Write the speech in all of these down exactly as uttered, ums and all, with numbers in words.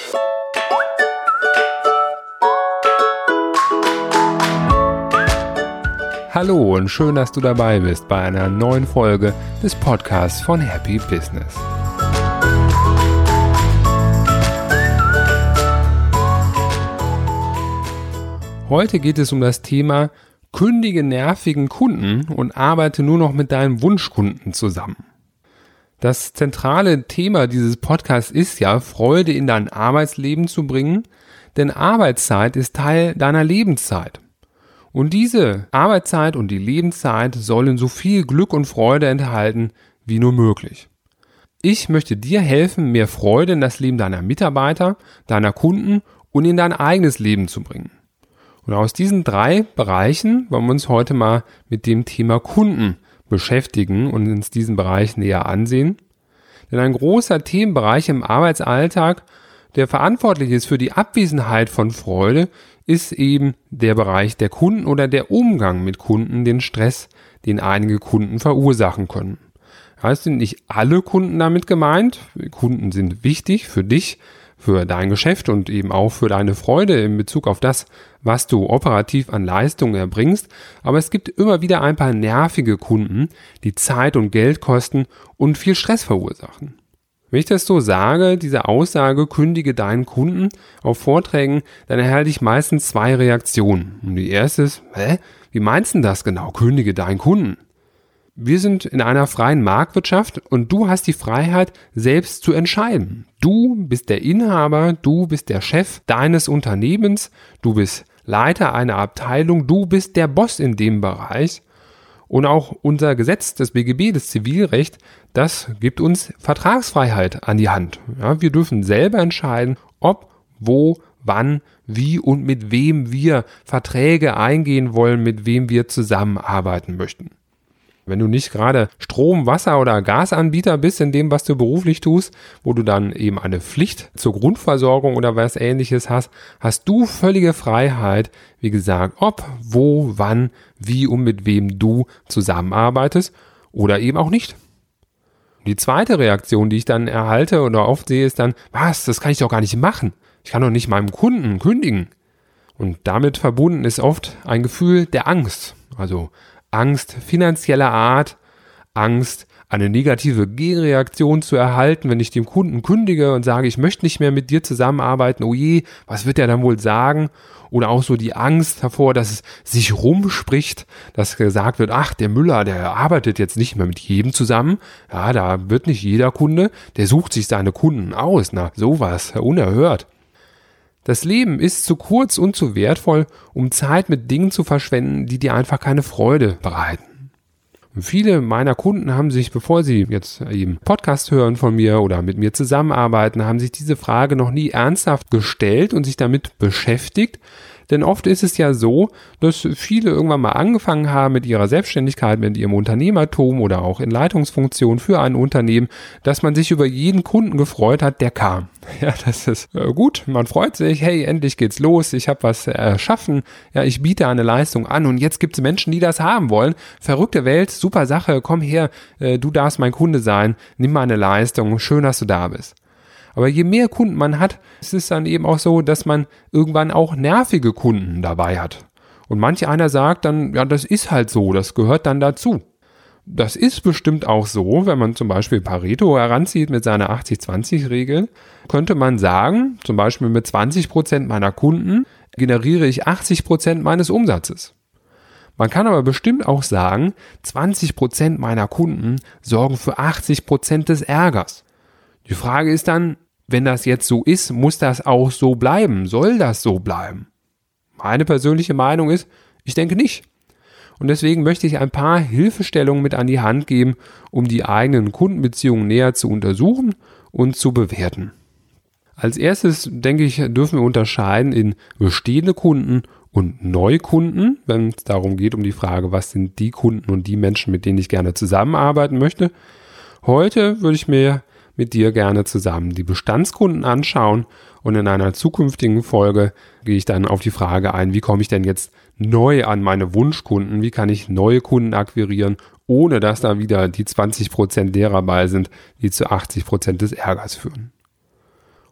Hallo und schön, dass du dabei bist bei einer neuen Folge des Podcasts von Happy Business. Heute geht es um das Thema kündige nervigen Kunden und arbeite nur noch mit deinen Wunschkunden zusammen. Das zentrale Thema dieses Podcasts ist ja, Freude in dein Arbeitsleben zu bringen, denn Arbeitszeit ist Teil deiner Lebenszeit. Und diese Arbeitszeit und die Lebenszeit sollen so viel Glück und Freude enthalten wie nur möglich. Ich möchte dir helfen, mehr Freude in das Leben deiner Mitarbeiter, deiner Kunden und in dein eigenes Leben zu bringen. Und aus diesen drei Bereichen wollen wir uns heute mal mit dem Thema Kunden beschäftigen und uns diesen Bereich näher ansehen. Denn ein großer Themenbereich im Arbeitsalltag, der verantwortlich ist für die Abwesenheit von Freude, ist eben der Bereich der Kunden oder der Umgang mit Kunden, den Stress, den einige Kunden verursachen können. Es sind nicht alle Kunden damit gemeint. Kunden sind wichtig für dich, für dein Geschäft und eben auch für deine Freude in Bezug auf das, was du operativ an Leistungen erbringst. Aber es gibt immer wieder ein paar nervige Kunden, die Zeit und Geld kosten und viel Stress verursachen. Wenn ich das so sage, diese Aussage, kündige deinen Kunden auf Vorträgen, dann erhalte ich meistens zwei Reaktionen. Und die erste ist, hä, wie meinst du das genau, kündige deinen Kunden? Wir sind in einer freien Marktwirtschaft und du hast die Freiheit, selbst zu entscheiden. Du bist der Inhaber, du bist der Chef deines Unternehmens, du bist Leiter einer Abteilung, du bist der Boss in dem Bereich. Und auch unser Gesetz, das B G B, das Zivilrecht, das gibt uns Vertragsfreiheit an die Hand. Ja, wir dürfen selber entscheiden, ob, wo, wann, wie und mit wem wir Verträge eingehen wollen, mit wem wir zusammenarbeiten möchten. Wenn du nicht gerade Strom-, Wasser- oder Gasanbieter bist in dem, was du beruflich tust, wo du dann eben eine Pflicht zur Grundversorgung oder was Ähnliches hast, hast du völlige Freiheit, wie gesagt, ob, wo, wann, wie und mit wem du zusammenarbeitest oder eben auch nicht. Die zweite Reaktion, die ich dann erhalte oder oft sehe, ist dann, was, das kann ich doch gar nicht machen. Ich kann doch nicht meinem Kunden kündigen. Und damit verbunden ist oft ein Gefühl der Angst, also Angst finanzieller Art, Angst, eine negative Gegenreaktion zu erhalten, wenn ich dem Kunden kündige und sage, ich möchte nicht mehr mit dir zusammenarbeiten, oh je, was wird er dann wohl sagen? Oder auch so die Angst davor, dass es sich rumspricht, dass gesagt wird, ach, der Müller, der arbeitet jetzt nicht mehr mit jedem zusammen. Ja, da wird nicht jeder Kunde, der sucht sich seine Kunden aus. Na, sowas, unerhört. Das Leben ist zu kurz und zu wertvoll, um Zeit mit Dingen zu verschwenden, die dir einfach keine Freude bereiten. Und viele meiner Kunden haben sich, bevor sie jetzt eben Podcast hören von mir oder mit mir zusammenarbeiten, haben sich diese Frage noch nie ernsthaft gestellt und sich damit beschäftigt. Denn oft ist es ja so, dass viele irgendwann mal angefangen haben mit ihrer Selbstständigkeit, mit ihrem Unternehmertum oder auch in Leitungsfunktion für ein Unternehmen, dass man sich über jeden Kunden gefreut hat, der kam. Ja, das ist äh, gut, man freut sich, hey, endlich geht's los, ich habe was erschaffen, ja, ich biete eine Leistung an und jetzt gibt's Menschen, die das haben wollen. Verrückte Welt, super Sache, komm her, äh, du darfst mein Kunde sein, nimm meine Leistung, schön, dass du da bist. Aber je mehr Kunden man hat, ist es dann eben auch so, dass man irgendwann auch nervige Kunden dabei hat. Und manch einer sagt dann, ja, das ist halt so, das gehört dann dazu. Das ist bestimmt auch so, wenn man zum Beispiel Pareto heranzieht mit seiner achtzig zwanzig Regel, könnte man sagen, zum Beispiel mit zwanzig Prozent meiner Kunden generiere ich achtzig Prozent meines Umsatzes. Man kann aber bestimmt auch sagen, zwanzig Prozent meiner Kunden sorgen für achtzig Prozent des Ärgers. Die Frage ist dann, wenn das jetzt so ist, muss das auch so bleiben? Soll das so bleiben? Meine persönliche Meinung ist, ich denke nicht. Und deswegen möchte ich ein paar Hilfestellungen mit an die Hand geben, um die eigenen Kundenbeziehungen näher zu untersuchen und zu bewerten. Als erstes, denke ich, dürfen wir unterscheiden in bestehende Kunden und Neukunden, wenn es darum geht, um die Frage, was sind die Kunden und die Menschen, mit denen ich gerne zusammenarbeiten möchte. Heute würde ich mir mit dir gerne zusammen die Bestandskunden anschauen und in einer zukünftigen Folge gehe ich dann auf die Frage ein, wie komme ich denn jetzt neu an meine Wunschkunden, wie kann ich neue Kunden akquirieren, ohne dass da wieder die zwanzig Prozent derer bei sind, die zu achtzig Prozent des Ärgers führen.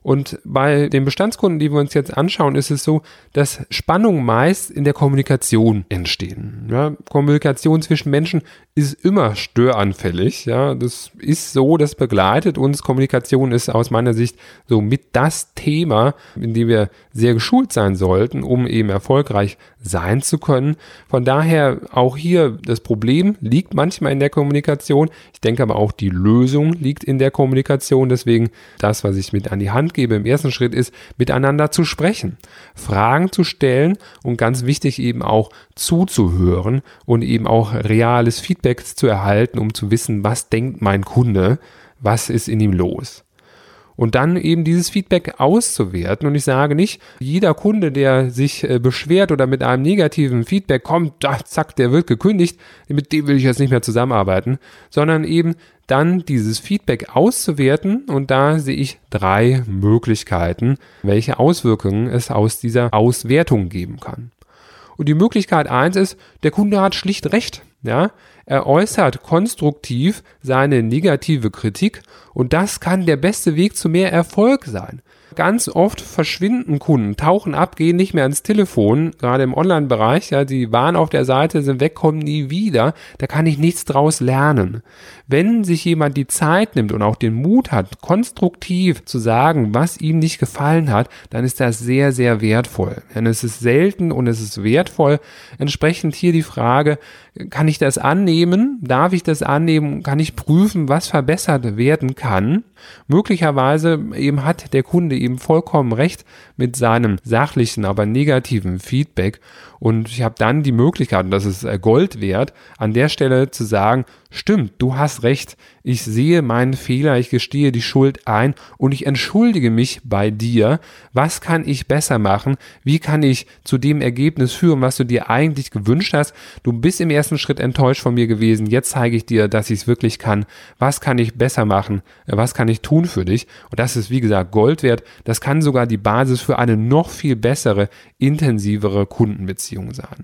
Und bei den Bestandskunden, die wir uns jetzt anschauen, ist es so, dass Spannungen meist in der Kommunikation entstehen. Ja, Kommunikation zwischen Menschen ist immer störanfällig. Ja, das ist so, das begleitet uns. Kommunikation ist aus meiner Sicht so mit das Thema, in dem wir sehr geschult sein sollten, um eben erfolgreich sein zu können. Von daher auch hier das Problem liegt manchmal in der Kommunikation. Ich denke aber auch die Lösung liegt in der Kommunikation. Deswegen das, was ich mit an die Hand gebe im ersten Schritt ist, miteinander zu sprechen, Fragen zu stellen und ganz wichtig eben auch zuzuhören und eben auch reales Feedback zu erhalten, um zu wissen, was denkt mein Kunde, was ist in ihm los. Und dann eben dieses Feedback auszuwerten. Und ich sage nicht, jeder Kunde, der sich äh, beschwert oder mit einem negativen Feedback kommt, da, zack, der wird gekündigt, mit dem will ich jetzt nicht mehr zusammenarbeiten, sondern eben dann dieses Feedback auszuwerten. Und da sehe ich drei Möglichkeiten, welche Auswirkungen es aus dieser Auswertung geben kann. Und die Möglichkeit eins ist, der Kunde hat schlicht recht. Ja, er äußert konstruktiv seine negative Kritik und das kann der beste Weg zu mehr Erfolg sein. Ganz oft verschwinden Kunden, tauchen ab, gehen nicht mehr ans Telefon, gerade im Online-Bereich, ja, die waren auf der Seite, sind weg, kommen nie wieder, da kann ich nichts draus lernen. Wenn sich jemand die Zeit nimmt und auch den Mut hat, konstruktiv zu sagen, was ihm nicht gefallen hat, dann ist das sehr, sehr wertvoll. Denn es ist selten und es ist wertvoll. Entsprechend hier die Frage, kann ich das annehmen? Darf ich das annehmen? Kann ich prüfen, was verbessert werden kann? Möglicherweise eben hat der Kunde eben vollkommen recht mit seinem sachlichen, aber negativen Feedback. Und ich habe dann die Möglichkeit, und das ist Gold wert, an der Stelle zu sagen, stimmt, du hast recht, ich sehe meinen Fehler, ich gestehe die Schuld ein und ich entschuldige mich bei dir. Was kann ich besser machen? Wie kann ich zu dem Ergebnis führen, was du dir eigentlich gewünscht hast? Du bist im ersten Schritt enttäuscht von mir gewesen, jetzt zeige ich dir, dass ich es wirklich kann. Was kann ich besser machen? Was kann ich tun für dich? Und das ist, wie gesagt, Gold wert. Das kann sogar die Basis für eine noch viel bessere, intensivere Kundenbeziehung sein.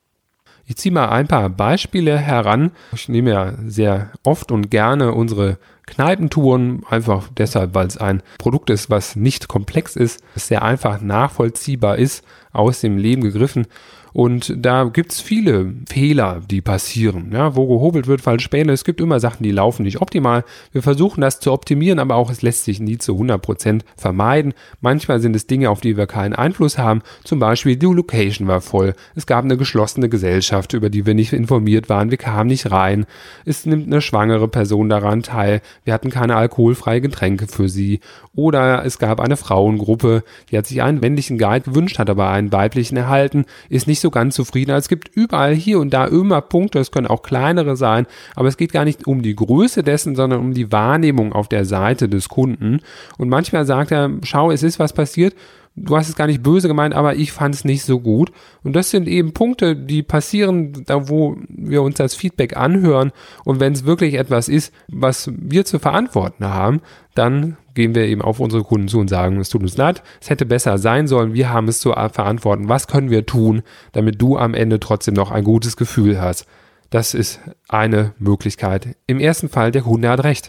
Ich ziehe mal ein paar Beispiele heran. Ich nehme ja sehr oft und gerne unsere Kneipentouren, einfach deshalb, weil es ein Produkt ist, was nicht komplex ist, es sehr einfach nachvollziehbar ist, aus dem Leben gegriffen. Und da gibt es viele Fehler, die passieren, ja, wo gehobelt wird, fallen Späne. Es gibt immer Sachen, die laufen nicht optimal. Wir versuchen das zu optimieren, aber auch es lässt sich nie zu hundert Prozent vermeiden. Manchmal sind es Dinge, auf die wir keinen Einfluss haben. Zum Beispiel die Location war voll. Es gab eine geschlossene Gesellschaft, über die wir nicht informiert waren. Wir kamen nicht rein. Es nimmt eine schwangere Person daran teil. Wir hatten keine alkoholfreien Getränke für sie. Oder es gab eine Frauengruppe, die hat sich einen männlichen Guide gewünscht, hat aber einen weiblichen erhalten, ist nicht so ganz zufrieden. Also es gibt überall hier und da immer Punkte, es können auch kleinere sein, aber es geht gar nicht um die Größe dessen, sondern um die Wahrnehmung auf der Seite des Kunden. Und manchmal sagt er, schau, es ist was passiert, du hast es gar nicht böse gemeint, aber ich fand es nicht so gut. Und das sind eben Punkte, die passieren, da wo wir uns das Feedback anhören. Und wenn es wirklich etwas ist, was wir zu verantworten haben, dann gehen wir eben auf unsere Kunden zu und sagen, es tut uns leid, es hätte besser sein sollen, wir haben es zu verantworten. Was können wir tun, damit du am Ende trotzdem noch ein gutes Gefühl hast? Das ist eine Möglichkeit. Im ersten Fall, der Kunde hat recht.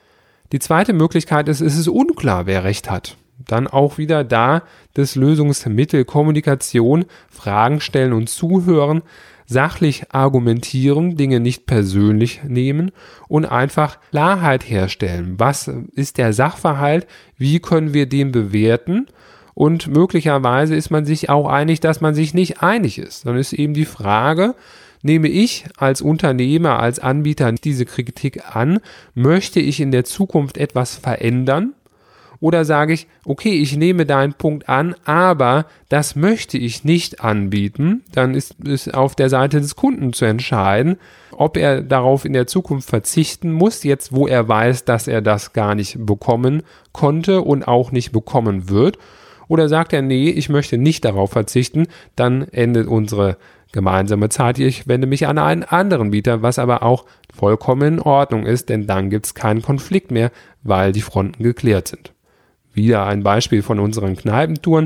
Die zweite Möglichkeit ist, es ist unklar, wer recht hat. Dann auch wieder da das Lösungsmittel Kommunikation, Fragen stellen und zuhören, sachlich argumentieren, Dinge nicht persönlich nehmen und einfach Klarheit herstellen. Was ist der Sachverhalt? Wie können wir den bewerten? Und möglicherweise ist man sich auch einig, dass man sich nicht einig ist. Dann ist eben die Frage, nehme ich als Unternehmer, als Anbieter diese Kritik an? Möchte ich in der Zukunft etwas verändern? Oder sage ich, okay, ich nehme deinen Punkt an, aber das möchte ich nicht anbieten. Dann ist es auf der Seite des Kunden zu entscheiden, ob er darauf in der Zukunft verzichten muss, jetzt wo er weiß, dass er das gar nicht bekommen konnte und auch nicht bekommen wird. Oder sagt er, nee, ich möchte nicht darauf verzichten, dann endet unsere gemeinsame Zeit. Ich wende mich an einen anderen Bieter, was aber auch vollkommen in Ordnung ist, denn dann gibt es keinen Konflikt mehr, weil die Fronten geklärt sind. Wieder ein Beispiel von unseren Kneipentouren.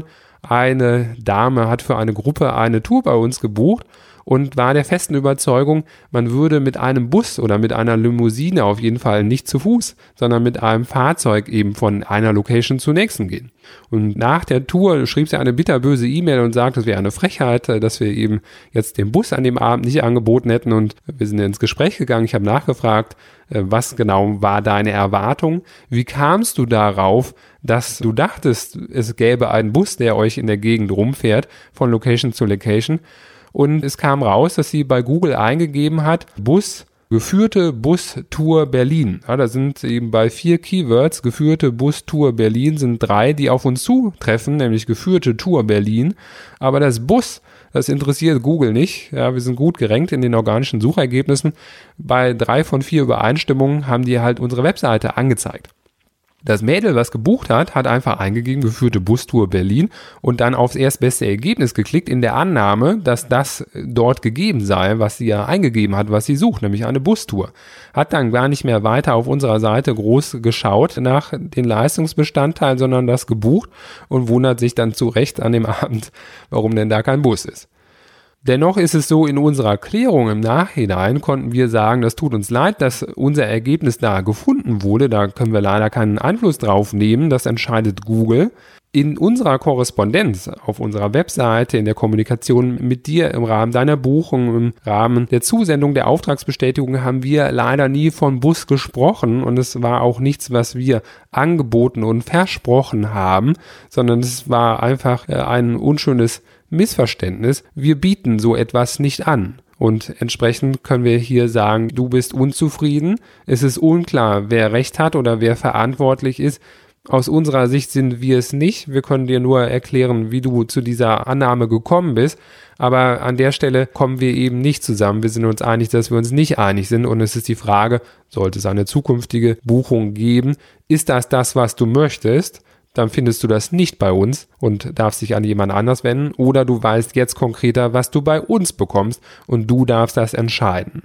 Eine Dame hat für eine Gruppe eine Tour bei uns gebucht und war der festen Überzeugung, man würde mit einem Bus oder mit einer Limousine auf jeden Fall nicht zu Fuß, sondern mit einem Fahrzeug eben von einer Location zur nächsten gehen. Und nach der Tour schrieb sie eine bitterböse E-Mail und sagte, es wäre eine Frechheit, dass wir eben jetzt den Bus an dem Abend nicht angeboten hätten, und wir sind ins Gespräch gegangen. Ich habe nachgefragt, was genau war deine Erwartung? Wie kamst du darauf, dass du dachtest, es gäbe einen Bus, der euch in der Gegend rumfährt, von Location zu Location? Und es kam raus, dass sie bei Google eingegeben hat, Bus, geführte Bustour Berlin. Ja, da sind eben bei vier Keywords, geführte Bustour Berlin, sind drei, die auf uns zutreffen, nämlich geführte Tour Berlin. Aber das Bus, das interessiert Google nicht. Ja, wir sind gut gerankt in den organischen Suchergebnissen. Bei drei von vier Übereinstimmungen haben die halt unsere Webseite angezeigt. Das Mädel, was gebucht hat, hat einfach eingegeben, geführte Bustour Berlin und dann aufs erstbeste Ergebnis geklickt, in der Annahme, dass das dort gegeben sei, was sie ja eingegeben hat, was sie sucht, nämlich eine Bustour. Hat dann gar nicht mehr weiter auf unserer Seite groß geschaut nach den Leistungsbestandteilen, sondern das gebucht und wundert sich dann zu Recht an dem Abend, warum denn da kein Bus ist. Dennoch ist es so, in unserer Klärung im Nachhinein konnten wir sagen, das tut uns leid, dass unser Ergebnis da gefunden wurde. Da können wir leider keinen Einfluss drauf nehmen. Das entscheidet Google. In unserer Korrespondenz auf unserer Webseite, in der Kommunikation mit dir im Rahmen deiner Buchung, im Rahmen der Zusendung der Auftragsbestätigung haben wir leider nie von Bus gesprochen, und es war auch nichts, was wir angeboten und versprochen haben, sondern es war einfach ein unschönes Missverständnis. Wir bieten so etwas nicht an. Und entsprechend können wir hier sagen, du bist unzufrieden. Es ist unklar, wer Recht hat oder wer verantwortlich ist. Aus unserer Sicht sind wir es nicht. Wir können dir nur erklären, wie du zu dieser Annahme gekommen bist. Aber an der Stelle kommen wir eben nicht zusammen. Wir sind uns einig, dass wir uns nicht einig sind. Und es ist die Frage, sollte es eine zukünftige Buchung geben, ist das das, was du möchtest? Dann findest du das nicht bei uns und darfst dich an jemand anders wenden. Oder du weißt jetzt konkreter, was du bei uns bekommst, und du darfst das entscheiden.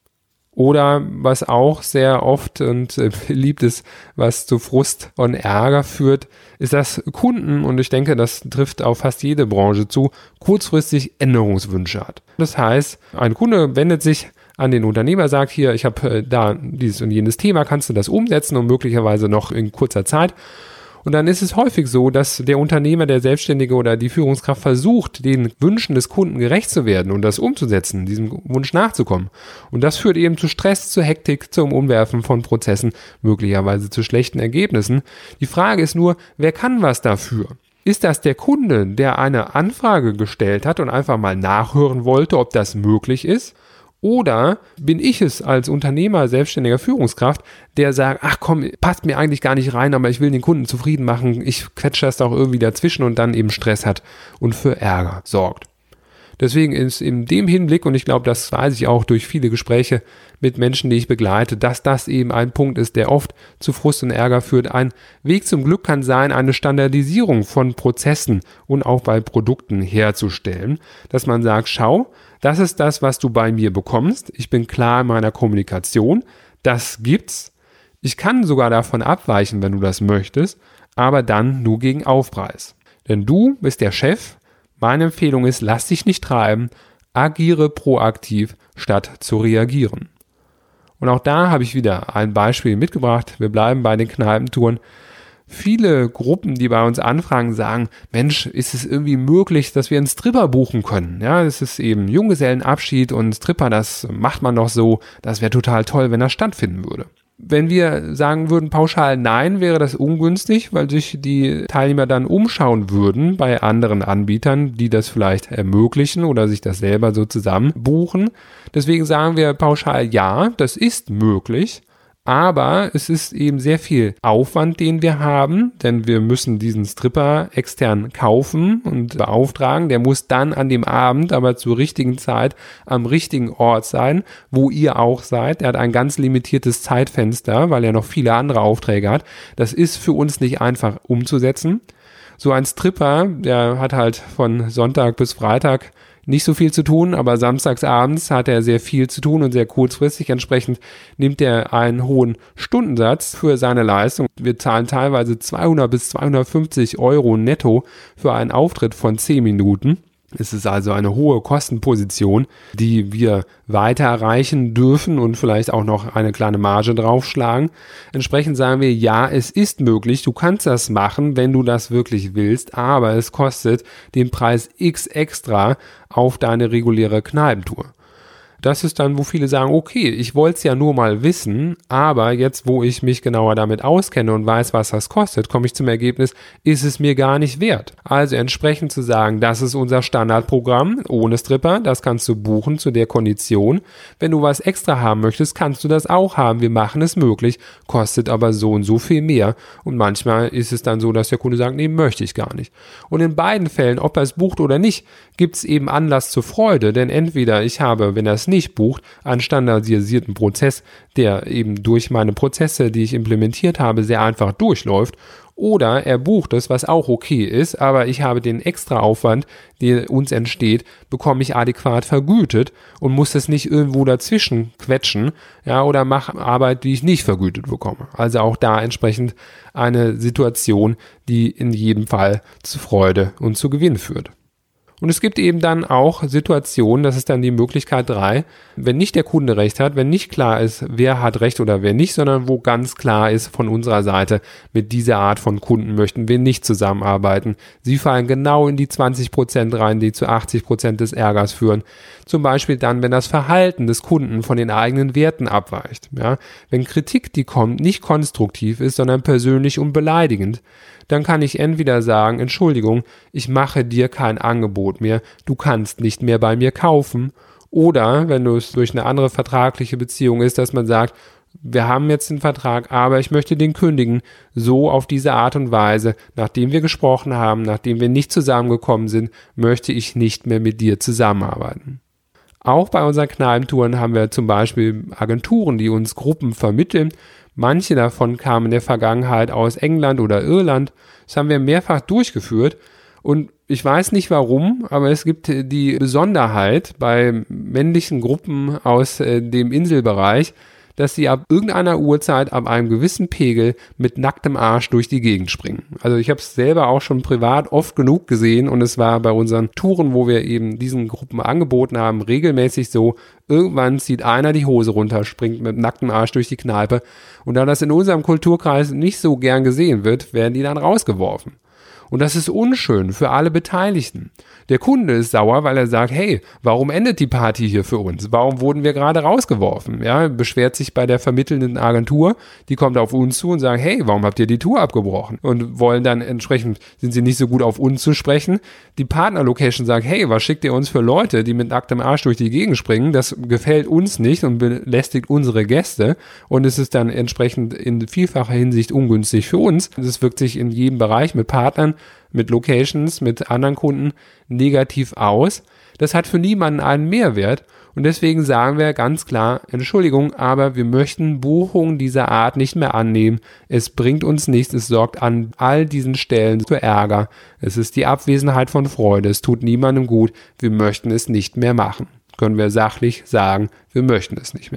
Oder was auch sehr oft und äh, beliebt ist, was zu Frust und Ärger führt, ist, dass Kunden, und ich denke, das trifft auf fast jede Branche zu, kurzfristig Änderungswünsche hat. Das heißt, ein Kunde wendet sich an den Unternehmer, sagt hier, ich habe äh, da dieses und jenes Thema, kannst du das umsetzen und möglicherweise noch in kurzer Zeit. Und dann ist es häufig so, dass der Unternehmer, der Selbstständige oder die Führungskraft versucht, den Wünschen des Kunden gerecht zu werden und das umzusetzen, diesem Wunsch nachzukommen. Und das führt eben zu Stress, zu Hektik, zum Umwerfen von Prozessen, möglicherweise zu schlechten Ergebnissen. Die Frage ist nur, wer kann was dafür? Ist das der Kunde, der eine Anfrage gestellt hat und einfach mal nachhören wollte, ob das möglich ist? Oder bin ich es als Unternehmer, selbstständiger Führungskraft, der sagt, ach komm, passt mir eigentlich gar nicht rein, aber ich will den Kunden zufrieden machen, ich quetsche das auch irgendwie dazwischen und dann eben Stress hat und für Ärger sorgt. Deswegen ist in dem Hinblick, und ich glaube, das weiß ich auch durch viele Gespräche mit Menschen, die ich begleite, dass das eben ein Punkt ist, der oft zu Frust und Ärger führt. Ein Weg zum Glück kann sein, eine Standardisierung von Prozessen und auch bei Produkten herzustellen, dass man sagt, schau, das ist das, was du bei mir bekommst. Ich bin klar in meiner Kommunikation. Das gibt's. Ich kann sogar davon abweichen, wenn du das möchtest, aber dann nur gegen Aufpreis. Denn du bist der Chef. Meine Empfehlung ist, lass dich nicht treiben, agiere proaktiv, statt zu reagieren. Und auch da habe ich wieder ein Beispiel mitgebracht. Wir bleiben bei den Kneipentouren. Viele Gruppen, die bei uns anfragen, sagen, Mensch, ist es irgendwie möglich, dass wir einen Stripper buchen können? Ja, es ist eben Junggesellenabschied und Stripper, das macht man doch so. Das wäre total toll, wenn das stattfinden würde. Wenn wir sagen würden pauschal nein, wäre das ungünstig, weil sich die Teilnehmer dann umschauen würden bei anderen Anbietern, die das vielleicht ermöglichen oder sich das selber so zusammen buchen. Deswegen sagen wir pauschal ja, das ist möglich. Aber es ist eben sehr viel Aufwand, den wir haben, denn wir müssen diesen Stripper extern kaufen und beauftragen. Der muss dann an dem Abend, aber zur richtigen Zeit, am richtigen Ort sein, wo ihr auch seid. Er hat ein ganz limitiertes Zeitfenster, weil er noch viele andere Aufträge hat. Das ist für uns nicht einfach umzusetzen. So ein Stripper, der hat halt von Sonntag bis Freitag nicht so viel zu tun, aber samstags abends hat er sehr viel zu tun und sehr kurzfristig. Entsprechend nimmt er einen hohen Stundensatz für seine Leistung. Wir zahlen teilweise zweihundert bis zweihundertfünfzig Euro netto für einen Auftritt von zehn Minuten. Es ist also eine hohe Kostenposition, die wir weiter erreichen dürfen und vielleicht auch noch eine kleine Marge draufschlagen. Entsprechend sagen wir, ja, es ist möglich, du kannst das machen, wenn du das wirklich willst, aber es kostet den Preis X extra auf deine reguläre Kneipentour. Das ist dann, wo viele sagen, okay, ich wollte es ja nur mal wissen, aber jetzt, wo ich mich genauer damit auskenne und weiß, was das kostet, komme ich zum Ergebnis, ist es mir gar nicht wert. Also entsprechend zu sagen, das ist unser Standardprogramm ohne Stripper, das kannst du buchen zu der Kondition. Wenn du was extra haben möchtest, kannst du das auch haben. Wir machen es möglich, kostet aber so und so viel mehr. Und manchmal ist es dann so, dass der Kunde sagt, nee, möchte ich gar nicht. Und in beiden Fällen, ob er es bucht oder nicht, gibt es eben Anlass zur Freude, denn entweder ich habe, wenn er es nicht bucht, einen standardisierten Prozess, der eben durch meine Prozesse, die ich implementiert habe, sehr einfach durchläuft, oder er bucht es, was auch okay ist, aber ich habe den extra Aufwand, der uns entsteht, bekomme ich adäquat vergütet und muss es nicht irgendwo dazwischen quetschen, ja, oder mache Arbeit, die ich nicht vergütet bekomme. Also auch da entsprechend eine Situation, die in jedem Fall zu Freude und zu Gewinn führt. Und es gibt eben dann auch Situationen, das ist dann die Möglichkeit drei, wenn nicht der Kunde recht hat, wenn nicht klar ist, wer hat recht oder wer nicht, sondern wo ganz klar ist von unserer Seite, mit dieser Art von Kunden möchten wir nicht zusammenarbeiten. Sie fallen genau in die zwanzig Prozent rein, die zu achtzig Prozent des Ärgers führen. Zum Beispiel dann, wenn das Verhalten des Kunden von den eigenen Werten abweicht. Ja? Wenn Kritik, die kommt, nicht konstruktiv ist, sondern persönlich und beleidigend, dann kann ich entweder sagen, Entschuldigung, ich mache dir kein Angebot mehr, du kannst nicht mehr bei mir kaufen. Oder, wenn es durch eine andere vertragliche Beziehung ist, dass man sagt, wir haben jetzt den Vertrag, aber ich möchte den kündigen, so auf diese Art und Weise, nachdem wir gesprochen haben, nachdem wir nicht zusammengekommen sind, möchte ich nicht mehr mit dir zusammenarbeiten. Auch bei unseren Kneipentouren haben wir zum Beispiel Agenturen, die uns Gruppen vermitteln. Manche davon kamen in der Vergangenheit aus England oder Irland. Das haben wir mehrfach durchgeführt und ich weiß nicht warum, aber es gibt die Besonderheit bei männlichen Gruppen aus äh, dem Inselbereich, dass sie ab irgendeiner Uhrzeit, ab einem gewissen Pegel mit nacktem Arsch durch die Gegend springen. Also ich habe es selber auch schon privat oft genug gesehen und es war bei unseren Touren, wo wir eben diesen Gruppen angeboten haben, regelmäßig so, irgendwann zieht einer die Hose runter, springt mit nacktem Arsch durch die Kneipe und da das in unserem Kulturkreis nicht so gern gesehen wird, werden die dann rausgeworfen. Und das ist unschön für alle Beteiligten. Der Kunde ist sauer, weil er sagt, hey, warum endet die Party hier für uns? Warum wurden wir gerade rausgeworfen? Ja, beschwert sich bei der vermittelnden Agentur, die kommt auf uns zu und sagt, hey, warum habt ihr die Tour abgebrochen? Und wollen dann entsprechend, sind sie nicht so gut auf uns zu sprechen. Die Partnerlocation sagt, hey, was schickt ihr uns für Leute, die mit nacktem Arsch durch die Gegend springen? Das gefällt uns nicht und belästigt unsere Gäste. Und es ist dann entsprechend in vielfacher Hinsicht ungünstig für uns. Das wirkt sich in jedem Bereich mit Partnern, mit Locations, mit anderen Kunden negativ aus. Das hat für niemanden einen Mehrwert und deswegen sagen wir ganz klar, Entschuldigung, aber wir möchten Buchungen dieser Art nicht mehr annehmen. Es bringt uns nichts, es sorgt an all diesen Stellen für Ärger. Es ist die Abwesenheit von Freude, es tut niemandem gut, wir möchten es nicht mehr machen. Können wir sachlich sagen, wir möchten es nicht mehr.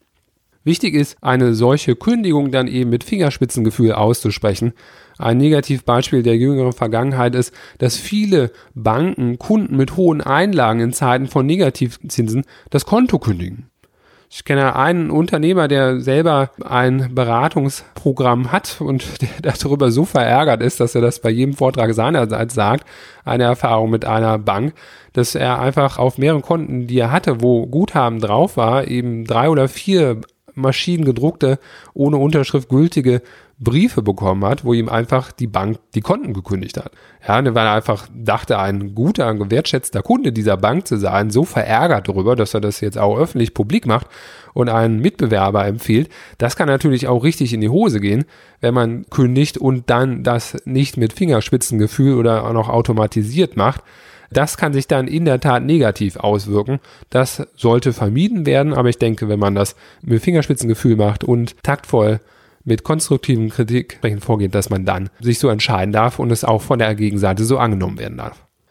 Wichtig ist, eine solche Kündigung dann eben mit Fingerspitzengefühl auszusprechen. Ein Negativbeispiel der jüngeren Vergangenheit ist, dass viele Banken Kunden mit hohen Einlagen in Zeiten von Negativzinsen das Konto kündigen. Ich kenne einen Unternehmer, der selber ein Beratungsprogramm hat und der darüber so verärgert ist, dass er das bei jedem Vortrag seinerseits sagt, eine Erfahrung mit einer Bank, dass er einfach auf mehreren Konten, die er hatte, wo Guthaben drauf war, eben drei oder vier maschinengedruckte, ohne Unterschrift gültige Briefe bekommen hat, wo ihm einfach die Bank die Konten gekündigt hat. Ja, weil er einfach dachte, ein guter, ein gewertschätzter Kunde dieser Bank zu sein, so verärgert darüber, dass er das jetzt auch öffentlich publik macht und einen Mitbewerber empfiehlt. Das kann natürlich auch richtig in die Hose gehen, wenn man kündigt und dann das nicht mit Fingerspitzengefühl oder auch noch automatisiert macht. Das kann sich dann in der Tat negativ auswirken. Das sollte vermieden werden, aber ich denke, wenn man das mit Fingerspitzengefühl macht und taktvoll mit konstruktiven Kritik vorgeht, dass man dann sich so entscheiden darf und es auch von der Gegenseite so angenommen werden darf.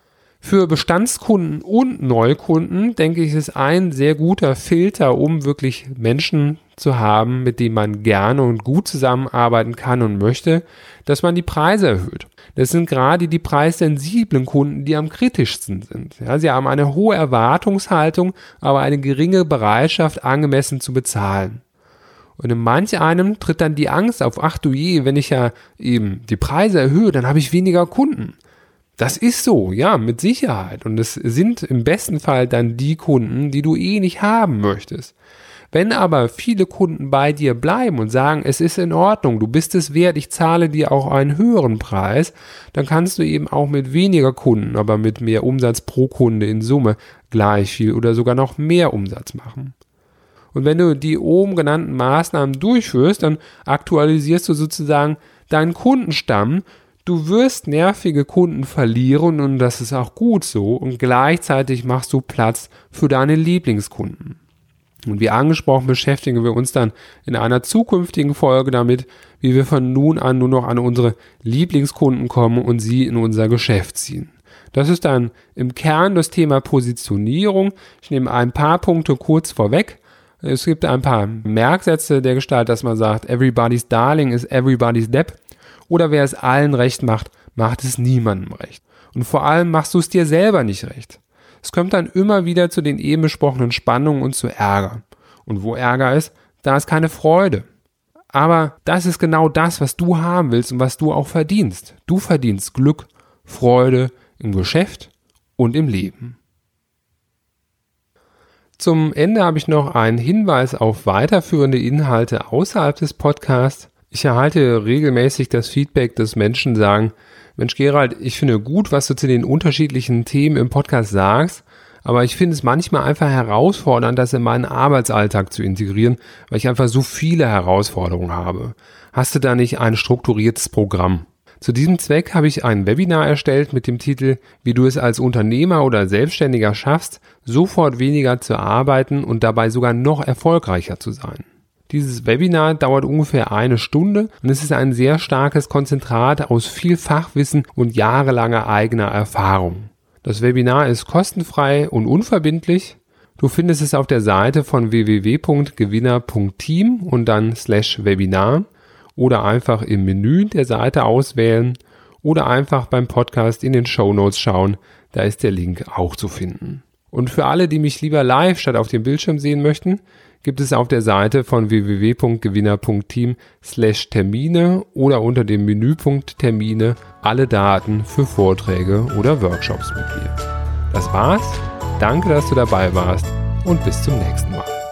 Für Bestandskunden und Neukunden, denke ich, ist ein sehr guter Filter, um wirklich Menschen zu haben, mit denen man gerne und gut zusammenarbeiten kann und möchte, dass man die Preise erhöht. Das sind gerade die preissensiblen Kunden, die am kritischsten sind. Ja, sie haben eine hohe Erwartungshaltung, aber eine geringe Bereitschaft, angemessen zu bezahlen. Und in manch einem tritt dann die Angst auf, ach du je, wenn ich ja eben die Preise erhöhe, dann habe ich weniger Kunden. Das ist so, ja, mit Sicherheit. Und es sind im besten Fall dann die Kunden, die du eh nicht haben möchtest. Wenn aber viele Kunden bei dir bleiben und sagen, es ist in Ordnung, du bist es wert, ich zahle dir auch einen höheren Preis, dann kannst du eben auch mit weniger Kunden, aber mit mehr Umsatz pro Kunde in Summe gleich viel oder sogar noch mehr Umsatz machen. Und wenn du die oben genannten Maßnahmen durchführst, dann aktualisierst du sozusagen deinen Kundenstamm. Du wirst nervige Kunden verlieren und das ist auch gut so und gleichzeitig machst du Platz für deine Lieblingskunden. Und wie angesprochen beschäftigen wir uns dann in einer zukünftigen Folge damit, wie wir von nun an nur noch an unsere Lieblingskunden kommen und sie in unser Geschäft ziehen. Das ist dann im Kern das Thema Positionierung. Ich nehme ein paar Punkte kurz vorweg. Es gibt ein paar Merksätze der Gestalt, dass man sagt, everybody's darling is everybody's depp. Oder wer es allen recht macht, macht es niemandem recht. Und vor allem machst du es dir selber nicht recht. Es kommt dann immer wieder zu den eben besprochenen Spannungen und zu Ärger. Und wo Ärger ist, da ist keine Freude. Aber das ist genau das, was du haben willst und was du auch verdienst. Du verdienst Glück, Freude im Geschäft und im Leben. Zum Ende habe ich noch einen Hinweis auf weiterführende Inhalte außerhalb des Podcasts. Ich erhalte regelmäßig das Feedback, dass Menschen sagen, Mensch Gerald, ich finde gut, was du zu den unterschiedlichen Themen im Podcast sagst, aber ich finde es manchmal einfach herausfordernd, das in meinen Arbeitsalltag zu integrieren, weil ich einfach so viele Herausforderungen habe. Hast du da nicht ein strukturiertes Programm? Zu diesem Zweck habe ich ein Webinar erstellt mit dem Titel, wie du es als Unternehmer oder Selbstständiger schaffst, sofort weniger zu arbeiten und dabei sogar noch erfolgreicher zu sein. Dieses Webinar dauert ungefähr eine Stunde und es ist ein sehr starkes Konzentrat aus viel Fachwissen und jahrelanger eigener Erfahrung. Das Webinar ist kostenfrei und unverbindlich. Du findest es auf der Seite von w w w punkt gewinner punkt team und dann slash Webinar oder einfach im Menü der Seite auswählen oder einfach beim Podcast in den Shownotes schauen, da ist der Link auch zu finden. Und für alle, die mich lieber live statt auf dem Bildschirm sehen möchten, gibt es auf der Seite von w w w punkt gewinner punkt team slash Termine oder unter dem Menüpunkt Termine alle Daten für Vorträge oder Workshops mit mir. Das war's. Danke, dass du dabei warst und bis zum nächsten Mal.